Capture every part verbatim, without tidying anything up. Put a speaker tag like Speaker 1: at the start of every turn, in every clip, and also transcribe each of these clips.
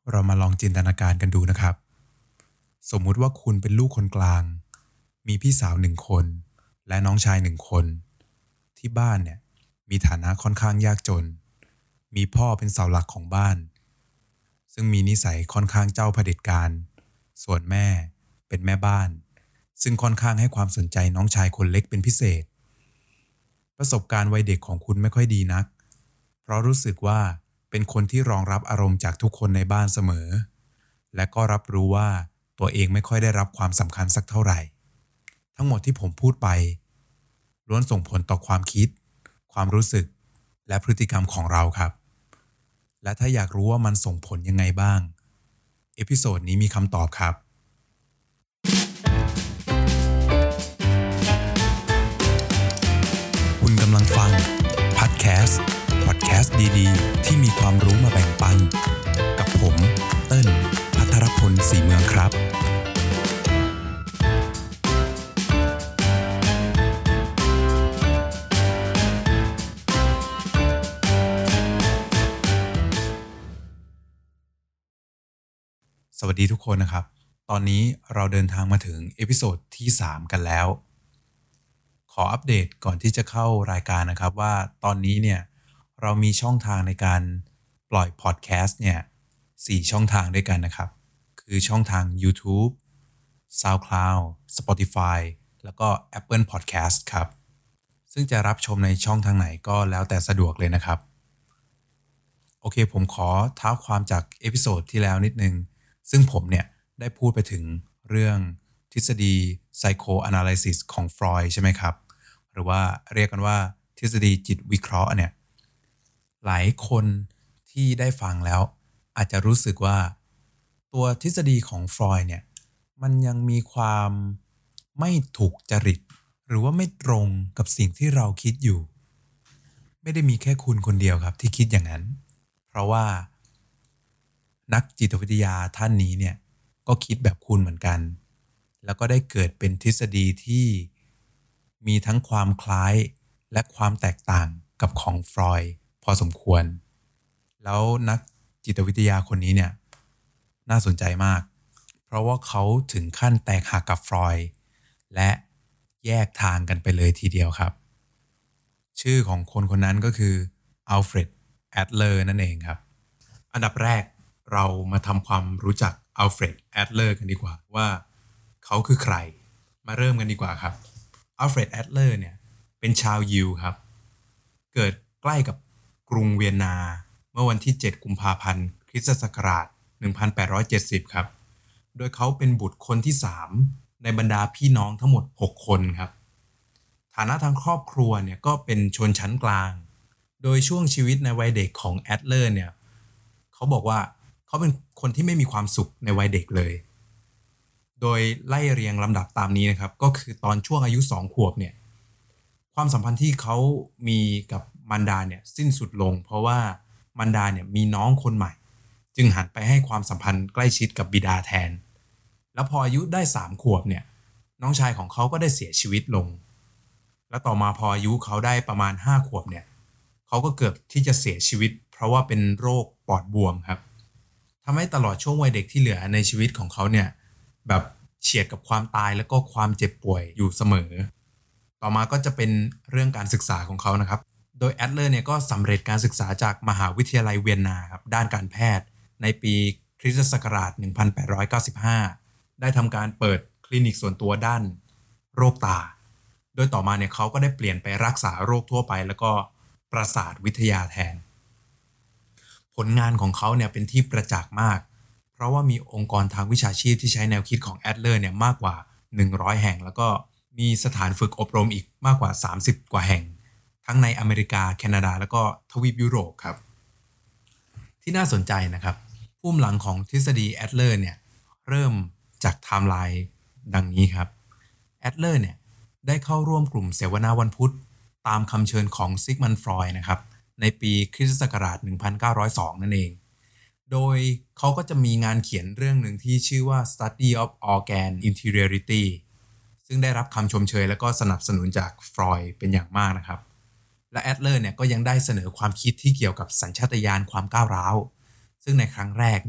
Speaker 1: เรามาลองจินตนาการกันดูนะครับสมมุติว่าคุณเป็นลูกคนกลางมีพี่สาวหนึ่งคนและน้องชายหนึ่งคนที่บ้านเนี่ยมีฐานะค่อนข้างยากจนมีพ่อเป็นเสาหลักของบ้านซึ่งมีนิสัยค่อนข้างเจ้าเผด็จการส่วนแม่เป็นแม่บ้านซึ่งค่อนข้างให้ความสนใจน้องชายคนเล็กเป็นพิเศษประสบการณ์วัยเด็กของคุณไม่ค่อยดีนักเพราะรู้สึกว่าเป็นคนที่รองรับอารมณ์จากทุกคนในบ้านเสมอและก็รับรู้ว่าตัวเองไม่ค่อยได้รับความสำคัญสักเท่าไหร่ทั้งหมดที่ผมพูดไปล้วนส่งผลต่อความคิดความรู้สึกและพฤติกรรมของเราครับและถ้าอยากรู้ว่ามันส่งผลยังไงบ้างเอพิโซดนี้มีคำตอบครับคุณกำลังฟังพอดแคสต์พอดแคสต์ดีๆที่มีความรู้มาแบ่งปันกับผมเติ้ลภัทรพลศรีเมืองครับสวัสดีทุกคนนะครับตอนนี้เราเดินทางมาถึงเอพิโซดที่สามกันแล้วขออัปเดตก่อนที่จะเข้ารายการนะครับว่าตอนนี้เนี่ยเรามีช่องทางในการปล่อยพอดแคสต์เนี่ยสี่ช่องทางด้วยกันนะครับคือช่องทาง YouTube SoundCloud Spotify แล้วก็ Apple Podcast ครับซึ่งจะรับชมในช่องทางไหนก็แล้วแต่สะดวกเลยนะครับโอเคผมขอเท้าความจากเอพิโซดที่แล้วนิดนึงซึ่งผมเนี่ยได้พูดไปถึงเรื่องทฤษฎี psychoanalysis ของฟรอยด์ใช่ไหมครับหรือว่าเรียกกันว่าทฤษฎีจิตวิเคราะห์เนี่ยหลายคนที่ได้ฟังแล้วอาจจะรู้สึกว่าตัวทฤษฎีของฟรอยด์เนี่ยมันยังมีความไม่ถูกจริตหรือว่าไม่ตรงกับสิ่งที่เราคิดอยู่ไม่ได้มีแค่คุณคนเดียวครับที่คิดอย่างนั้นเพราะว่านักจิตวิทยาท่านนี้เนี่ยก็คิดแบบคุณเหมือนกันแล้วก็ได้เกิดเป็นทฤษฎีที่มีทั้งความคล้ายและความแตกต่างกับของฟรอยด์พอสมควรแล้วนักจิตวิทยาคนนี้เนี่ยน่าสนใจมากเพราะว่าเขาถึงขั้นแตกหักกับฟรอยด์และแยกทางกันไปเลยทีเดียวครับชื่อของคนคนนั้นก็คืออัลเฟรด แอดเลอร์นั่นเองครับอันดับแรกเรามาทำความรู้จักอัลเฟรด แอดเลอร์กันดีกว่าว่าเขาคือใครมาเริ่มกันดีกว่าครับอัลเฟรด แอดเลอร์เนี่ยเป็นชาวยิวครับเกิดใกล้กับกรุงเวียนนาเมื่อวันที่เจ็ดกุมภาพันธ์คริสตศักราชหนึ่งพันแปดร้อยเจ็ดสิบครับโดยเขาเป็นบุตรคนที่สามในบรรดาพี่น้องทั้งหมดหกคนครับฐานะทางครอบครัวเนี่ยก็เป็นชนชั้นกลางโดยช่วงชีวิตในวัยเด็กของแอดเลอร์เนี่ยเขาบอกว่าเขาเป็นคนที่ไม่มีความสุขในวัยเด็กเลยโดยไล่เรียงลำดับตามนี้นะครับก็คือตอนช่วงอายุสองขวบเนี่ยความสัมพันธ์ที่เขามีกับมารดาเนี่ยสิ้นสุดลงเพราะว่ามารดาเนี่ยมีน้องคนใหม่จึงหันไปให้ความสัมพันธ์ใกล้ชิดกับบิดาแทนแล้วพออายุได้สามขวบเนี่ยน้องชายของเขาก็ได้เสียชีวิตลงแล้วต่อมาพออายุเขาได้ประมาณห้าขวบเนี่ยเขาก็เกือบที่จะเสียชีวิตเพราะว่าเป็นโรคปอดบวมครับทำให้ตลอดช่วงวัยเด็กที่เหลือในชีวิตของเขาเนี่ยแบบเฉียดกับความตายแล้วก็ความเจ็บป่วยอยู่เสมอต่อมาก็จะเป็นเรื่องการศึกษาของเขานะครับโดยแอดเลอร์เนี่ยก็สำเร็จการศึกษาจากมหาวิทยาลัยเวียนนาครับด้านการแพทย์ในปีคริสตศักราชหนึ่งพันแปดร้อยเก้าสิบห้าได้ทำการเปิดคลินิกส่วนตัวด้านโรคตาโดยต่อมาเนี่ยเขาก็ได้เปลี่ยนไปรักษาโรคทั่วไปแล้วก็ประสาทวิทยาแทนผลงานของเขาเนี่ยเป็นที่ประจักษ์มากเพราะว่ามีองค์กรทางวิชาชีพที่ใช้แนวคิดของแอดเลอร์เนี่ยมากกว่าหนึ่งร้อยแห่งแล้วก็มีสถานฝึกอบรมอีกมากกว่าสามสิบกว่าแห่งทั้งในอเมริกาแคนาดาแล้วก็ทวีปยุโรปครับที่น่าสนใจนะครับภูมิหลังของทฤษฎีแอดเลอร์เนี่ยเริ่มจากไทม์ไลน์ดังนี้ครับแอดเลอร์เนี่ยได้เข้าร่วมกลุ่มเสวนาวันพุธตามคำเชิญของซิกมันด์ฟรอยด์นะครับในปีคริสตศักราชหนึ่งพันเก้าร้อยสองนั่นเองโดยเขาก็จะมีงานเขียนเรื่องหนึ่งที่ชื่อว่า Study of Organ Interiority ซึ่งได้รับคำชมเชยและก็สนับสนุนจากฟรอยด์เป็นอย่างมากนะครับและแอดเลอร์เนี่ยก็ยังได้เสนอความคิดที่เกี่ยวกับสัญชาตญาณความก้าวร้าวซึ่งในครั้งแรกเนี่ยฟ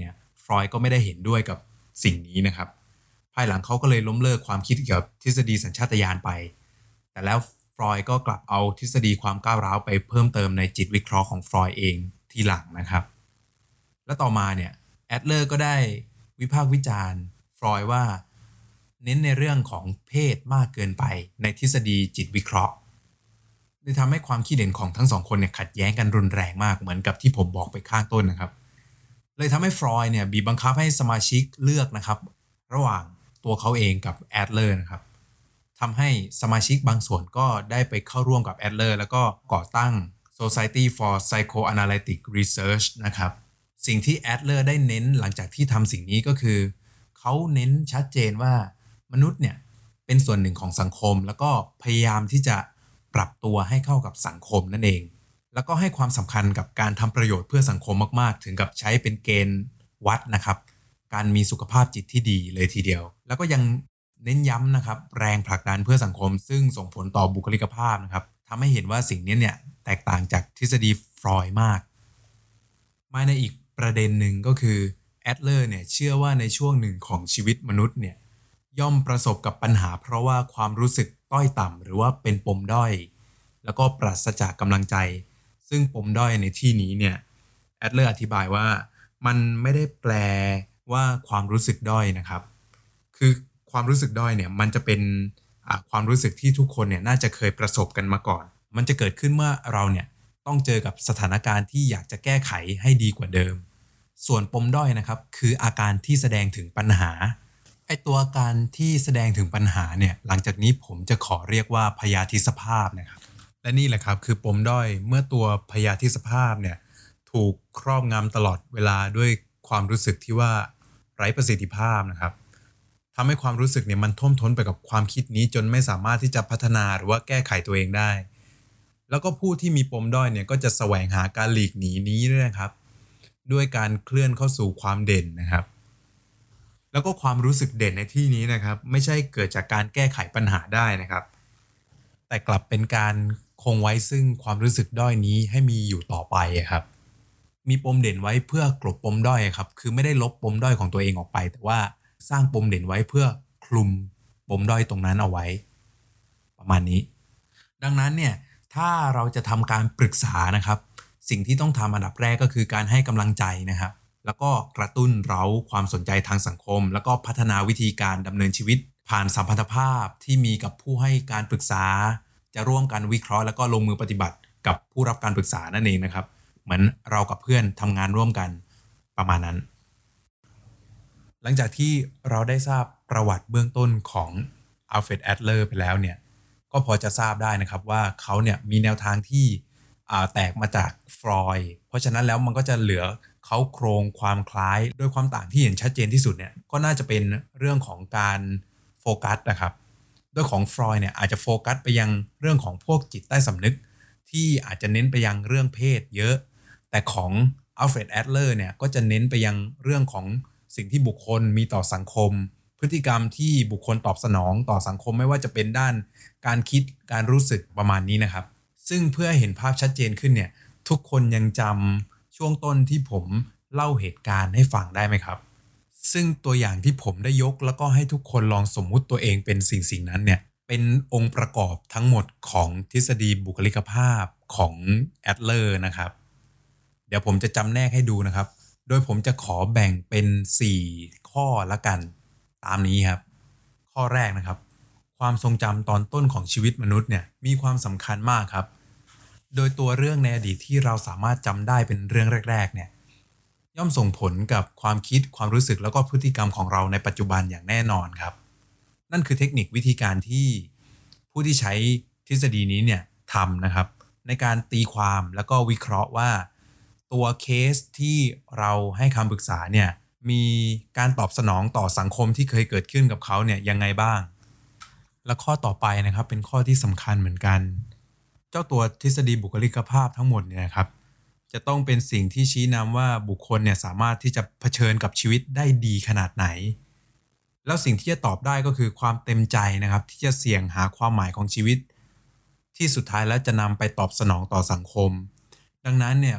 Speaker 1: ฟรอยด์ก็ไม่ได้เห็นด้วยกับสิ่งนี้นะครับภายหลังเขาก็เลยล้มเลิกความคิดเกี่ยวกับทฤษฎีสัญชาตญาณไปแต่แล้วฟรอยด์ก็กลับเอาทฤษฎีความก้าวร้าวไปเพิ่มเติมในจิตวิเคราะห์ของฟรอยด์เองทีหลังนะครับและต่อมาเนี่ยแอดเลอร์ก็ได้วิพากษ์วิจารณ์ฟรอยด์ว่าเน้นในเรื่องของเพศมากเกินไปในทฤษฎีจิตวิเคราะห์เลยทำให้ความคิดเห็นของทั้งสองคนเนี่ยขัดแย้งกันรุนแรงมากเหมือนกับที่ผมบอกไปข้างต้นนะครับเลยทำให้ฟรอยด์เนี่ยบีบบังคับให้สมาชิกเลือกนะครับระหว่างตัวเขาเองกับแอดเลอร์นะครับทำให้สมาชิกบางส่วนก็ได้ไปเข้าร่วมกับแอดเลอร์แล้วก็ก่อตั้ง Society for Psychoanalytic Research นะครับสิ่งที่แอดเลอร์ได้เน้นหลังจากที่ทำสิ่งนี้ก็คือเขาเน้นชัดเจนว่ามนุษย์เนี่ยเป็นส่วนหนึ่งของสังคมแล้วก็พยายามที่จะปรับตัวให้เข้ากับสังคมนั่นเองแล้วก็ให้ความสำคัญกับการทำประโยชน์เพื่อสังคมมากๆถึงกับใช้เป็นเกณฑ์วัดนะครับการมีสุขภาพจิตที่ดีเลยทีเดียวแล้วก็ยังเน้นย้ำนะครับแรงผลักดันเพื่อสังคมซึ่งส่งผลต่อบุคลิกภาพนะครับทำให้เห็นว่าสิ่งนี้เนี่ยแตกต่างจากทฤษฎีฟรอยด์มากมาในอีกประเด็นหนึ่งก็คือแอดเลอร์เนี่ยเชื่อว่าในช่วงหนึ่งของชีวิตมนุษย์เนี่ยย่อมประสบกับปัญหาเพราะว่าความรู้สึกต้อยต่ำหรือว่าเป็นปมด้อยแล้วก็ปราศจากกำลังใจซึ่งปมด้อยในที่นี้เนี่ยแอดเลอร์อธิบายว่ามันไม่ได้แปลว่าความรู้สึกด้อยนะครับคือความรู้สึกด้อยเนี่ยมันจะเป็นความรู้สึกที่ทุกคนเนี่ยน่าจะเคยประสบกันมาก่อนมันจะเกิดขึ้นเมื่อเราเนี่ยต้องเจอกับสถานการณ์ที่อยากจะแก้ไขให้ดีกว่าเดิมส่วนปมด้อยนะครับคืออาการที่แสดงถึงปัญหาไอตัวอาการที่แสดงถึงปัญหาเนี่ยหลังจากนี้ผมจะขอเรียกว่าพยาธิสภาพนะครับและนี่แหละครับคือปมด้อยเมื่อตัวพยาธิสภาพเนี่ยถูกครอบงำตลอดเวลาด้วยความรู้สึกที่ว่าไร้ประสิทธิภาพนะครับทำให้ความรู้สึกเนี่ยมันท่วมท้นไปกับความคิดนี้จนไม่สามารถที่จะพัฒนาหรือว่าแก้ไขตัวเองได้แล้วก็ผู้ที่มีปมด้อยเนี่ยก็จะแสวงหาการหลีกหนีนี้ด้วยนะครับด้วยการเคลื่อนเข้าสู่ความเด่นนะครับแล้วก็ความรู้สึกเด่นในที่นี้นะครับไม่ใช่เกิดจากการแก้ไขปัญหาได้นะครับแต่กลับเป็นการคงไว้ซึ่งความรู้สึกด้อยนี้ให้มีอยู่ต่อไปครับมีปมเด่นไว้เพื่อกลบปมด้อยครับคือไม่ได้ลบปมด้อยของตัวเองออกไปแต่ว่าสร้างปมเด่นไว้เพื่อคลุมปมด้อยตรงนั้นเอาไว้ประมาณนี้ดังนั้นเนี่ยถ้าเราจะทำการปรึกษานะครับสิ่งที่ต้องทำอันดับแรกก็คือการให้กำลังใจนะครับแล้วก็กระตุ้นเร้าความสนใจทางสังคมแล้วก็พัฒนาวิธีการดำเนินชีวิตผ่านสัมพันธภาพที่มีกับผู้ให้การปรึกษาจะร่วมกันวิเคราะห์แล้วก็ลงมือปฏิบัติกับผู้รับการปรึกษานั่นเองนะครับเหมือนเรากับเพื่อนทำงานร่วมกันประมาณนั้นหลังจากที่เราได้ทราบประวัติเบื้องต้นของอัลเฟรด แอดเลอร์ไปแล้วเนี่ยก็พอจะทราบได้นะครับว่าเขาเนี่ยมีแนวทางที่แตกมาจากฟรอยด์เพราะฉะนั้นแล้วมันก็จะเหลือเขาโครงความคล้ายโดยความต่างที่เห็นชัดเจนที่สุดเนี่ยก็น่าจะเป็นเรื่องของการโฟกัสนะครับโดยของฟรอยด์เนี่ยอาจจะโฟกัสไปยังเรื่องของพวกจิตใต้สำนึกที่อาจจะเน้นไปยังเรื่องเพศเยอะแต่ของอัลเฟรด แอดเลอร์เนี่ยก็จะเน้นไปยังเรื่องของสิ่งที่บุคคลมีต่อสังคมพฤติกรรมที่บุคคลตอบสนองต่อสังคมไม่ว่าจะเป็นด้านการคิดการรู้สึกประมาณนี้นะครับซึ่งเพื่อเห็นภาพชัดเจนขึ้นเนี่ยทุกคนยังจำช่วงต้นที่ผมเล่าเหตุการณ์ให้ฟังได้ไหมครับซึ่งตัวอย่างที่ผมได้ยกแล้วก็ให้ทุกคนลองสมมุติตัวเองเป็นสิ่งสิ่งนั้นเนี่ยเป็นองค์ประกอบทั้งหมดของทฤษฎีบุคลิกภาพของแอดเลอร์นะครับเดี๋ยวผมจะจำแนกให้ดูนะครับโดยผมจะขอแบ่งเป็นสี่ข้อละกันตามนี้ครับข้อแรกนะครับความทรงจำตอนต้นของชีวิตมนุษย์เนี่ยมีความสำคัญมากครับโดยตัวเรื่องในอดีตที่เราสามารถจำได้เป็นเรื่องแรกๆเนี่ยย่อมส่งผลกับความคิดความรู้สึกแล้วก็พฤติกรรมของเราในปัจจุบันอย่างแน่นอนครับนั่นคือเทคนิควิธีการที่ผู้ที่ใช้ทฤษฎีนี้เนี่ยทำนะครับในการตีความแล้วก็วิเคราะห์ว่าตัวเคสที่เราให้คำปรึกษาเนี่ยมีการตอบสนองต่อสังคมที่เคยเกิดขึ้นกับเขาเนี่ยยังไงบ้างและข้อต่อไปนะครับเป็นข้อที่สำคัญเหมือนกันเจ้าตัวทฤษฎีบุคลิกภาพทั้งหมดเนี่ยครับจะต้องเป็นสิ่งที่ชี้นำว่าบุคคลเนี่ยสามารถที่จะเผชิญกับชีวิตได้ดีขนาดไหนแล้วสิ่งที่จะตอบได้ก็คือความเต็มใจนะครับที่จะเสี่ยงหาความหมายของชีวิตที่สุดท้ายแล้วจะนำไปตอบสนองต่อสังคมดังนั้นเนี่ย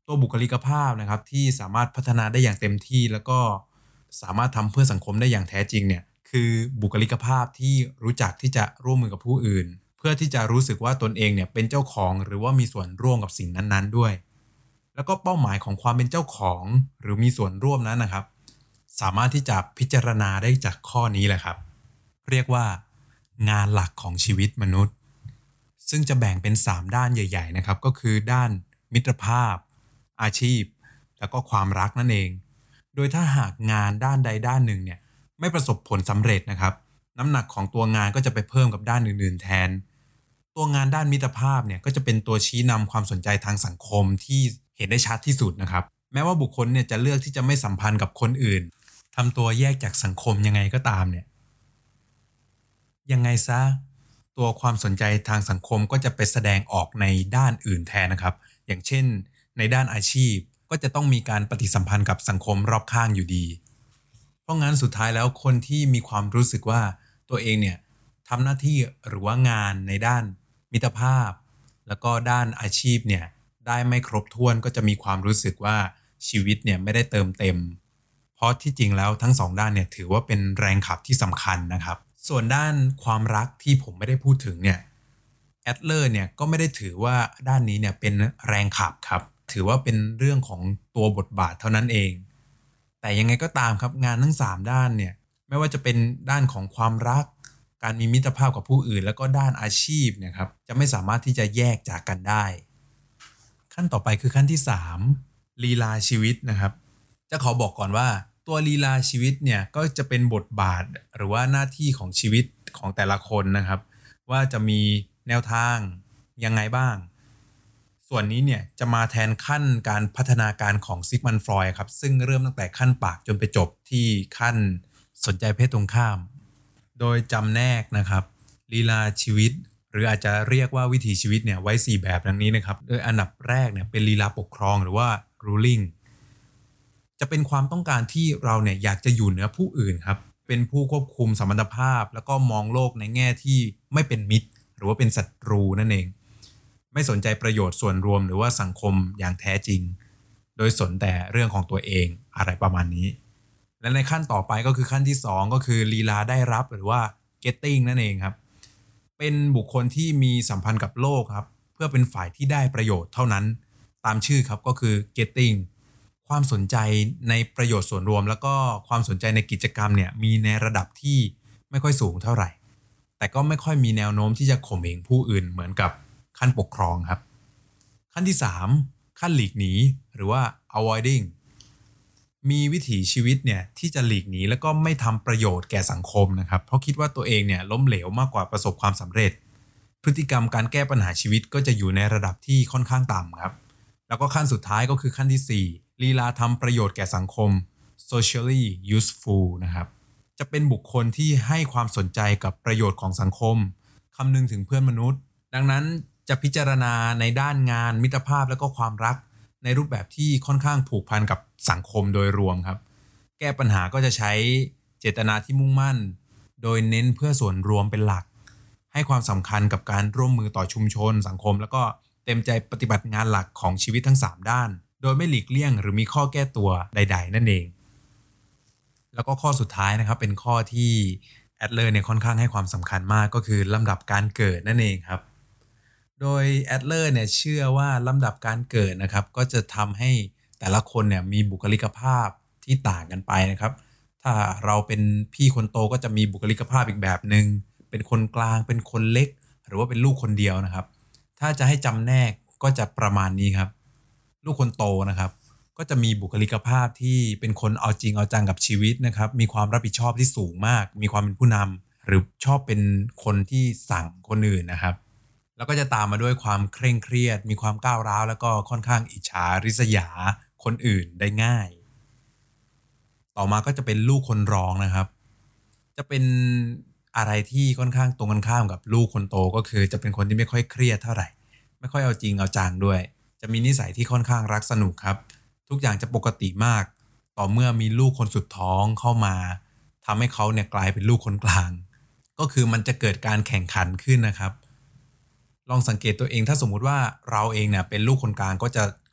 Speaker 1: ตัวบุคลิกภาพนะครับที่สามารถพัฒนาได้อย่างเต็มที่แล้วก็สามารถทำเพื่อสังคมได้อย่างแท้จริงเนี่ยคือบุคลิกภาพที่รู้จักที่จะร่วมมือกับผู้อื่นเพื่อที่จะรู้สึกว่าตนเองเนี่ยเป็นเจ้าของหรือว่ามีส่วนร่วมกับสิ่งนั้นๆด้วยแล้วก็เป้าหมายของความเป็นเจ้าของหรือมีส่วนร่วมนั้นนะครับสามารถที่จะพิจารณาได้จากข้อนี้แหละครับเรียกว่างานหลักของชีวิตมนุษย์ซึ่งจะแบ่งเป็นสามด้านใหญ่ๆนะครับก็คือด้านมิตรภาพอาชีพแล้วก็ความรักนั่นเองโดยถ้าหากงานด้านใดด้านหนึ่งเนี่ยไม่ประสบผลสำเร็จนะครับน้ำหนักของตัวงานก็จะไปเพิ่มกับด้านอื่นๆแทนตัวงานด้านมิตรภาพเนี่ยก็จะเป็นตัวชี้นำความสนใจทางสังคมที่เห็นได้ชัดที่สุดนะครับแม้ว่าบุคคลเนี่ยจะเลือกที่จะไม่สัมพันธ์กับคนอื่นทำตัวแยกจากสังคมยังไงก็ตามเนี่ยยังไงซะตัวความสนใจทางสังคมก็จะไปแสดงออกในด้านอื่นแทนนะครับอย่างเช่นในด้านอาชีพก็จะต้องมีการปฏิสัมพันธ์กับสังคมรอบข้างอยู่ดีเพราะงั้นสุดท้ายแล้วคนที่มีความรู้สึกว่าตัวเองเนี่ยทำหน้าที่หรือว่างานในด้านมิตรภาพแล้วก็ด้านอาชีพเนี่ยได้ไม่ครบถ้วนก็จะมีความรู้สึกว่าชีวิตเนี่ยไม่ได้เติมเต็มเพราะที่จริงแล้วทั้งสองด้านเนี่ยถือว่าเป็นแรงขับที่สำคัญนะครับส่วนด้านความรักที่ผมไม่ได้พูดถึงเนี่ยแอดเลอร์เนี่ยก็ไม่ได้ถือว่าด้านนี้เนี่ยเป็นแรงขับครับถือว่าเป็นเรื่องของตัวบทบาทเท่านั้นเองแต่ยังไงก็ตามครับงานทั้งสามด้านเนี่ยไม่ว่าจะเป็นด้านของความรักการมีมิตรภาพกับผู้อื่นแล้วก็ด้านอาชีพเนี่ยครับจะไม่สามารถที่จะแยกจากกันได้ขั้นต่อไปคือขั้นที่สามลีลาชีวิตนะครับจะขอบอกก่อนว่าตัวลีลาชีวิตเนี่ยก็จะเป็นบทบาทหรือว่าหน้าที่ของชีวิตของแต่ละคนนะครับว่าจะมีแนวทางยังไงบ้างส่วนนี้เนี่ยจะมาแทนขั้นการพัฒนาการของซิกมันฟรอยด์ครับซึ่งเริ่มตั้งแต่ขั้นปากจนไปจบที่ขั้นสนใจเพศตรงข้ามโดยจำแนกนะครับลีลาชีวิตหรืออาจจะเรียกว่าวิถีชีวิตเนี่ยไว้สี่แบบดังนี้นะครับโดยอันดับแรกเนี่ยเป็นลีลาปกครองหรือว่า ruling จะเป็นความต้องการที่เราเนี่ยอยากจะอยู่เหนือผู้อื่นครับเป็นผู้ควบคุมสมรรถภาพแล้วก็มองโลกในแง่ที่ไม่เป็นมิตรหรือว่าเป็นศัตรูนั่นเองไม่สนใจประโยชน์ส่วนรวมหรือว่าสังคมอย่างแท้จริงโดยสนแต่เรื่องของตัวเองอะไรประมาณนี้และในขั้นต่อไปก็คือขั้นที่สองก็คือลีลาได้รับหรือว่า getting นั่นเองครับเป็นบุคคลที่มีสัมพันธ์กับโลกครับเพื่อเป็นฝ่ายที่ได้ประโยชน์เท่านั้นตามชื่อครับก็คือ getting ความสนใจในประโยชน์ส่วนรวมแล้วก็ความสนใจในกิจกรรมเนี่ยมีในระดับที่ไม่ค่อยสูงเท่าไหร่แต่ก็ไม่ค่อยมีแนวโน้มที่จะข่มเหงผู้อื่นเหมือนกับขั้นปกครองครับขั้นที่สามขั้นหลีกหนีหรือว่า avoiding มีวิถีชีวิตเนี่ยที่จะหลีกหนีแล้วก็ไม่ทำประโยชน์แก่สังคมนะครับเพราะคิดว่าตัวเองเนี่ยล้มเหลวมากกว่าประสบความสำเร็จพฤติกรรมการแก้ปัญหาชีวิตก็จะอยู่ในระดับที่ค่อนข้างต่ำครับแล้วก็ขั้นสุดท้ายก็คือขั้นที่สี่ลีลาทำประโยชน์แก่สังคม socially useful นะครับจะเป็นบุคคลที่ให้ความสนใจกับประโยชน์ของสังคมคำนึงถึงเพื่อนมนุษย์ดังนั้นจะพิจารณาในด้านงานมิตรภาพและก็ความรักในรูปแบบที่ค่อนข้างผูกพันกับสังคมโดยรวมครับแก้ปัญหาก็จะใช้เจตนาที่มุ่งมั่นโดยเน้นเพื่อส่วนรวมเป็นหลักให้ความสำคัญกับการร่วมมือต่อชุมชนสังคมแล้วก็เต็มใจปฏิบัติงานหลักของชีวิตทั้งสามด้านโดยไม่หลีกเลี่ยงหรือมีข้อแก้ตัวใดๆนั่นเองแล้วก็ข้อสุดท้ายนะครับเป็นข้อที่แอดเลอร์เนี่ยค่อนข้างให้ความสำคัญมากก็คือลำดับการเกิดนั่นเองครับโดยแอดเลอร์เนี่ยเชื่อว่าลำดับการเกิดนะครับก็จะทำให้แต่ละคนเนี่ยมีบุคลิกภาพที่ต่างกันไปนะครับถ้าเราเป็นพี่คนโตก็จะมีบุคลิกภาพอีกแบบนึงเป็นคนกลางเป็นคนเล็กหรือว่าเป็นลูกคนเดียวนะครับถ้าจะให้จำแนกก็จะประมาณนี้ครับลูกคนโตนะครับก็จะมีบุคลิกภาพที่เป็นคนเอาจริงเอาจังกับชีวิตนะครับมีความรับผิดชอบที่สูงมากมีความเป็นผู้นำหรือชอบเป็นคนที่สั่งคนอื่นนะครับแล้วก็จะตามมาด้วยความเคร่งเครียดมีความก้าวร้าวแล้วก็ค่อนข้างอิจฉาริษยาคนอื่นได้ง่ายต่อมาก็จะเป็นลูกคนรองนะครับจะเป็นอะไรที่ค่อนข้างตรงกันข้ามกับลูกคนโตก็คือจะเป็นคนที่ไม่ค่อยเครียดเท่าไหร่ไม่ค่อยเอาจริงเอาจังด้วยจะมีนิสัยที่ค่อนข้างรักสนุกครับทุกอย่างจะปกติมากต่อเมื่อมีลูกคนสุดท้องเข้ามาทำให้เขาเนี่ยกลายเป็นลูกคนกลางก็คือมันจะเกิดการแข่งขันขึ้นนะครับลองสังเกตตัวเองถ้าสมมุติว่าเราเองเนี่ยเป็นลูกคนกลางก็จะ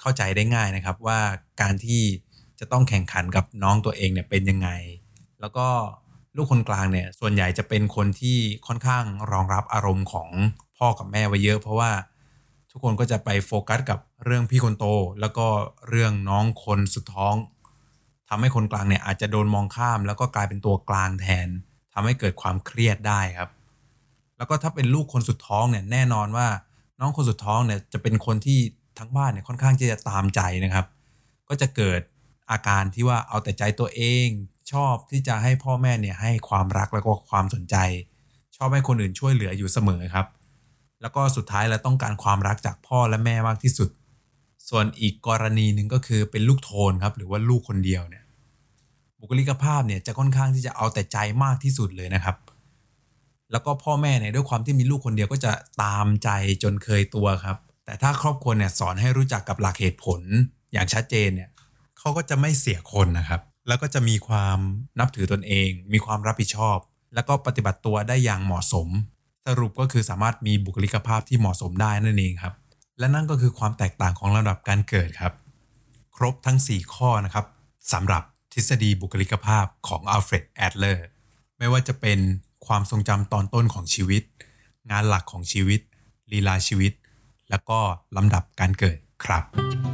Speaker 1: เข้าใจได้ง่ายนะครับว่าการที่จะต้องแข่งขันกับน้องตัวเองเนี่ยเป็นยังไงแล้วก็ลูกคนกลางเนี่ยส่วนใหญ่จะเป็นคนที่ค่อนข้างรองรับอารมณ์ของพ่อกับแม่ไว้เยอะเพราะว่าทุกคนก็จะไปโฟกัสกับเรื่องพี่คนโตแล้วก็เรื่องน้องคนสุดท้องทำให้คนกลางเนี่ยอาจจะโดนมองข้ามแล้วก็กลายเป็นตัวกลางแทนทำให้เกิดความเครียดได้ครับแล้วก็ถ้าเป็นลูกคนสุดท้องเนี่ยแน่นอนว่าน้องคนสุดท้องเนี่ยจะเป็นคนที่ทั้งบ้านเนี่ยค่อนข้างที่จะตามใจนะครับก็จะเกิดอาการที่ว่าเอาแต่ใจตัวเองชอบที่จะให้พ่อแม่เนี่ยให้ความรักแล้วก็ความสนใจชอบให้คนอื่นช่วยเหลืออยู่เสมอครับแล้วก็สุดท้ายแล้วต้องการความรักจากพ่อและแม่มากที่สุดส่วนอีกกรณีหนึ่งก็คือเป็นลูกโทนครับหรือว่าลูกคนเดียวเนี่ยบุคลิกภาพเนี่ยจะค่อนข้างที่จะเอาแต่ใจมากที่สุดเลยนะครับแล้วก็พ่อแม่เนี่ยด้วยความที่มีลูกคนเดียวก็จะตามใจจนเคยตัวครับแต่ถ้าครอบครัวเนี่ยสอนให้รู้จักกับหลักเหตุผลอย่างชัดเจนเนี่ยเขาก็จะไม่เสียคนนะครับแล้วก็จะมีความนับถือตนเองมีความรับผิดชอบแล้วก็ปฏิบัติตัวได้อย่างเหมาะสมสรุปก็คือสามารถมีบุคลิกภาพที่เหมาะสมได้นั่นเองครับและนั่นก็คือความแตกต่างของลำดับการเกิดครับครบทั้งสี่ข้อนะครับสำหรับทฤษฎีบุคลิกภาพของอัลเฟรด แอดเลอร์ไม่ว่าจะเป็นความทรงจำตอนต้นของชีวิตงานหลักของชีวิตลีลาชีวิตแล้วก็ลำดับการเกิดครับ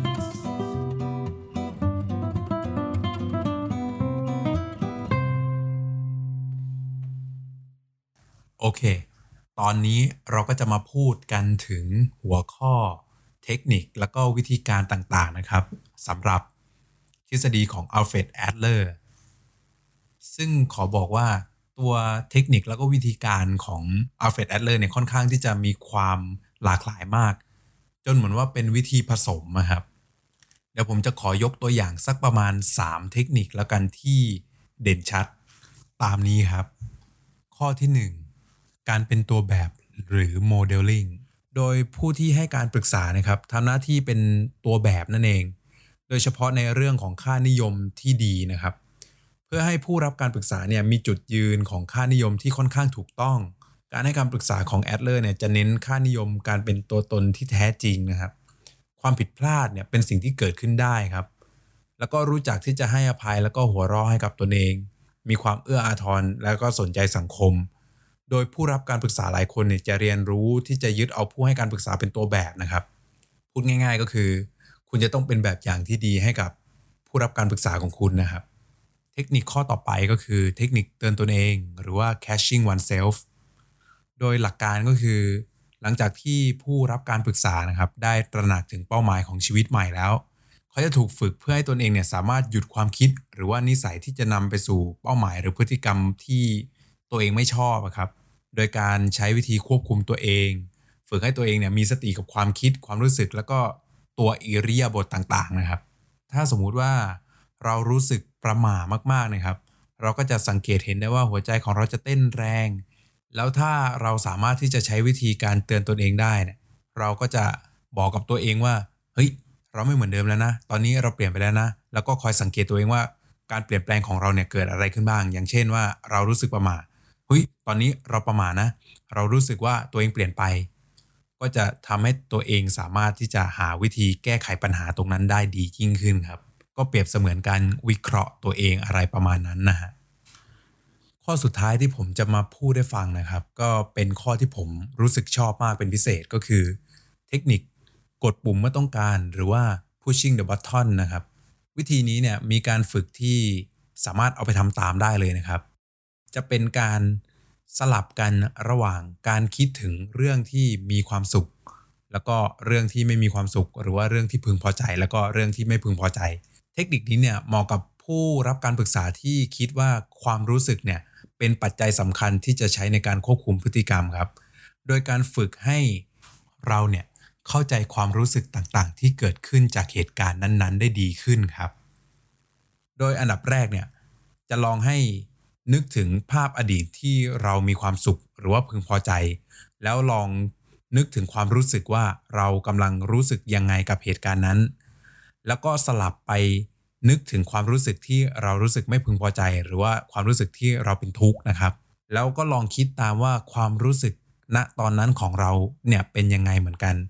Speaker 1: โอเคตอนนี้เราก็จะมาพูดกันถึงหัวข้อเทคนิคแล้วก็วิธีการต่างๆนะครับสำหรับทฤษฎีของอัลเฟรด แอดเลอร์ซึ่งขอบอกว่าตัวเทคนิคแล้วก็วิธีการของอัลเฟรด แอดเลอร์เนี่ยค่อนข้างที่จะมีความหลากหลายมากจนเหมือนว่าเป็นวิธีผสมนะครับเดี๋ยวผมจะขอยกตัวอย่างสักประมาณสามเทคนิคแล้วกันที่เด่นชัดตามนี้ครับข้อที่หนึ่งการเป็นตัวแบบหรือโมเดลลิ่งโดยผู้ที่ให้การปรึกษานะครับทำหน้าที่เป็นตัวแบบนั่นเองโดยเฉพาะในเรื่องของค่านิยมที่ดีนะครับเพื่อให้ผู้รับการปรึกษาเนี่ยมีจุดยืนของค่านิยมที่ค่อนข้างถูกต้องการให้คำปรึกษาของแอดเลอร์เนี่ยจะเน้นค่านิยมการเป็นตัวตนที่แท้จริงนะครับความผิดพลาดเนี่ยเป็นสิ่งที่เกิดขึ้นได้ครับแล้วก็รู้จักที่จะให้อภัยแล้วก็หัวเราะให้กับตนเองมีความเอื้ออาทรแล้วก็สนใจสังคมโดยผู้รับการปรึกษาหลายคนเนี่ยจะเรียนรู้ที่จะยึดเอาผู้ให้การปรึกษาเป็นตัวแบบนะครับพูดง่ายๆก็คือคุณจะต้องเป็นแบบอย่างที่ดีให้กับผู้รับการปรึกษาของคุณนะครับเทคนิคข้อต่อไปก็คือเทคนิคเตือนตนเองหรือว่า catching oneself โดยหลักการก็คือหลังจากที่ผู้รับการปรึกษานะครับได้ตระหนักถึงเป้าหมายของชีวิตใหม่แล้วเขาจะถูกฝึกเพื่อให้ตนเองเนี่ยสามารถหยุดความคิดหรือว่านิสัยที่จะนำไปสู่เป้าหมายหรือพฤติกรรมที่ตัวเองไม่ชอบครับโดยการใช้วิธีควบคุมตัวเองฝึกให้ตัวเองเนี่ยมีสติกับความคิดความรู้สึกแล้วก็ตัวอิริยาบถต่างๆนะครับถ้าสมมุติว่าเรารู้สึกประหม่ามากๆนะครับเราก็จะสังเกตเห็นได้ว่าหัวใจของเราจะเต้นแรงแล้วถ้าเราสามารถที่จะใช้วิธีการเตือนตนเองได้เนี่ยเราก็จะบอกกับตัวเองว่าเฮ้ยเราไม่เหมือนเดิมแล้วนะตอนนี้เราเปลี่ยนไปแล้วนะแล้วก็คอยสังเกตตัวเองว่าการเปลี่ยนแปลงของเราเนี่ยเกิดอะไรขึ้นบ้างอย่างเช่นว่าเรารู้สึกประหม่าเฮ้ยตอนนี้เราประหม่านะเรารู้สึกว่าตัวเองเปลี่ยนไปก็จะทำให้ตัวเองสามารถที่จะหาวิธีแก้ไขปัญหาตรงนั้นได้ดียิ่งขึ้นครับก็เปรียบเสมือนการวิเคราะห์ตัวเองอะไรประมาณนั้นนะฮะข้อสุดท้ายที่ผมจะมาพูดให้ฟังนะครับก็เป็นข้อที่ผมรู้สึกชอบมากเป็นพิเศษก็คือเทคนิคกดปุ่มเมื่อต้องการหรือว่า pushing the button นะครับวิธีนี้เนี่ยมีการฝึกที่สามารถเอาไปทำตามได้เลยนะครับจะเป็นการสลับกันระหว่างการคิดถึงเรื่องที่มีความสุขแล้วก็เรื่องที่ไม่มีความสุขหรือว่าเรื่องที่พึงพอใจแล้วก็เรื่องที่ไม่พึงพอใจเทคนิคนี้เนี่ยเหมาะกับผู้รับการปรึกษาที่คิดว่าความรู้สึกเนี่ยเป็นปัจจัยสำคัญที่จะใช้ในการควบคุมพฤติกรรมครับโดยการฝึกให้เราเนี่ยเข้าใจความรู้สึกต่างๆที่เกิดขึ้นจากเหตุการณ์นั้นๆได้ดีขึ้นครับโดยอันดับแรกเนี่ยจะลองให้นึกถึงภาพอดีตที่เรามีความสุขหรือว่าพึงพอใจแล้วลองนึกถึงความรู้สึกว่าเรากำลังรู้สึกยังไงกับเหตุการณ์นั้นแล้วก็สลับไปนึกถึงความรู้สึกที่เรารู้สึกไม่พึงพอใจหรือว่าความรู้สึกที่เราเป็นทุกข์นะครับแล้วก็ลองคิดตามว่าความรู้สึกณตอนนั้นของเราเนี่ยเป็นยังไงเหมือนกัน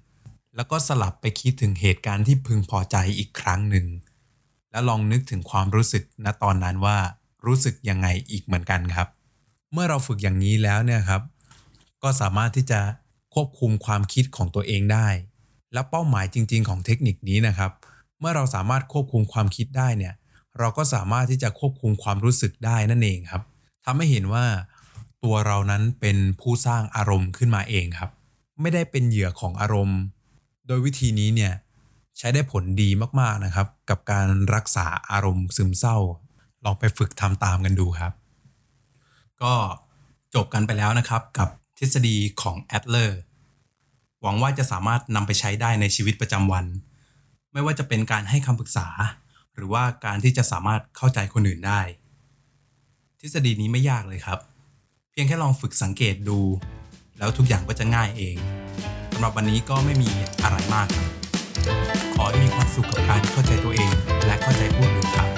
Speaker 1: แล้วก็สลับไปคิดถึงเหตุการณ์ที่พึงพอใจอีกครั้งหนึ่งแล้วลองนึกถึงความรู้สึกณตอนนั้นว่ารู้สึกยังไงอีกเหมือนกันครับเมื่อเราฝึกอย่างนี้แล้วเนี่ยครับก็สามารถที่จะควบคุมความคิดของตัวเองได้และเป้าหมายจริงๆของเทคนิคนี้นะครับเมื่อเราสามารถควบคุมความคิดได้เนี่ยเราก็สามารถที่จะควบคุมความรู้สึกได้นั่นเองครับทำให้เห็นว่าตัวเรานั้นเป็นผู้สร้างอารมณ์ขึ้นมาเองครับไม่ได้เป็นเหยื่อของอารมณ์โดยวิธีนี้เนี่ยใช้ได้ผลดีมากๆนะครับกับการรักษาอารมณ์ซึมเศร้าลองไปฝึกทำตามกันดูครับก็จบกันไปแล้วนะครับกับทฤษฎีของแอดเลอร์หวังว่าจะสามารถนำไปใช้ได้ในชีวิตประจำวันไม่ว่าจะเป็นการให้คำปรึกษาหรือว่าการที่จะสามารถเข้าใจคนอื่นได้ทฤษฎีนี้ไม่ยากเลยครับเพียงแค่ลองฝึกสังเกตดูแล้วทุกอย่างก็จะง่ายเองสำหรับวันนี้ก็ไม่มีอะไรมากครับขอให้มีความสุขกับการเข้าใจตัวเองและเข้าใจผู้อื่นครับ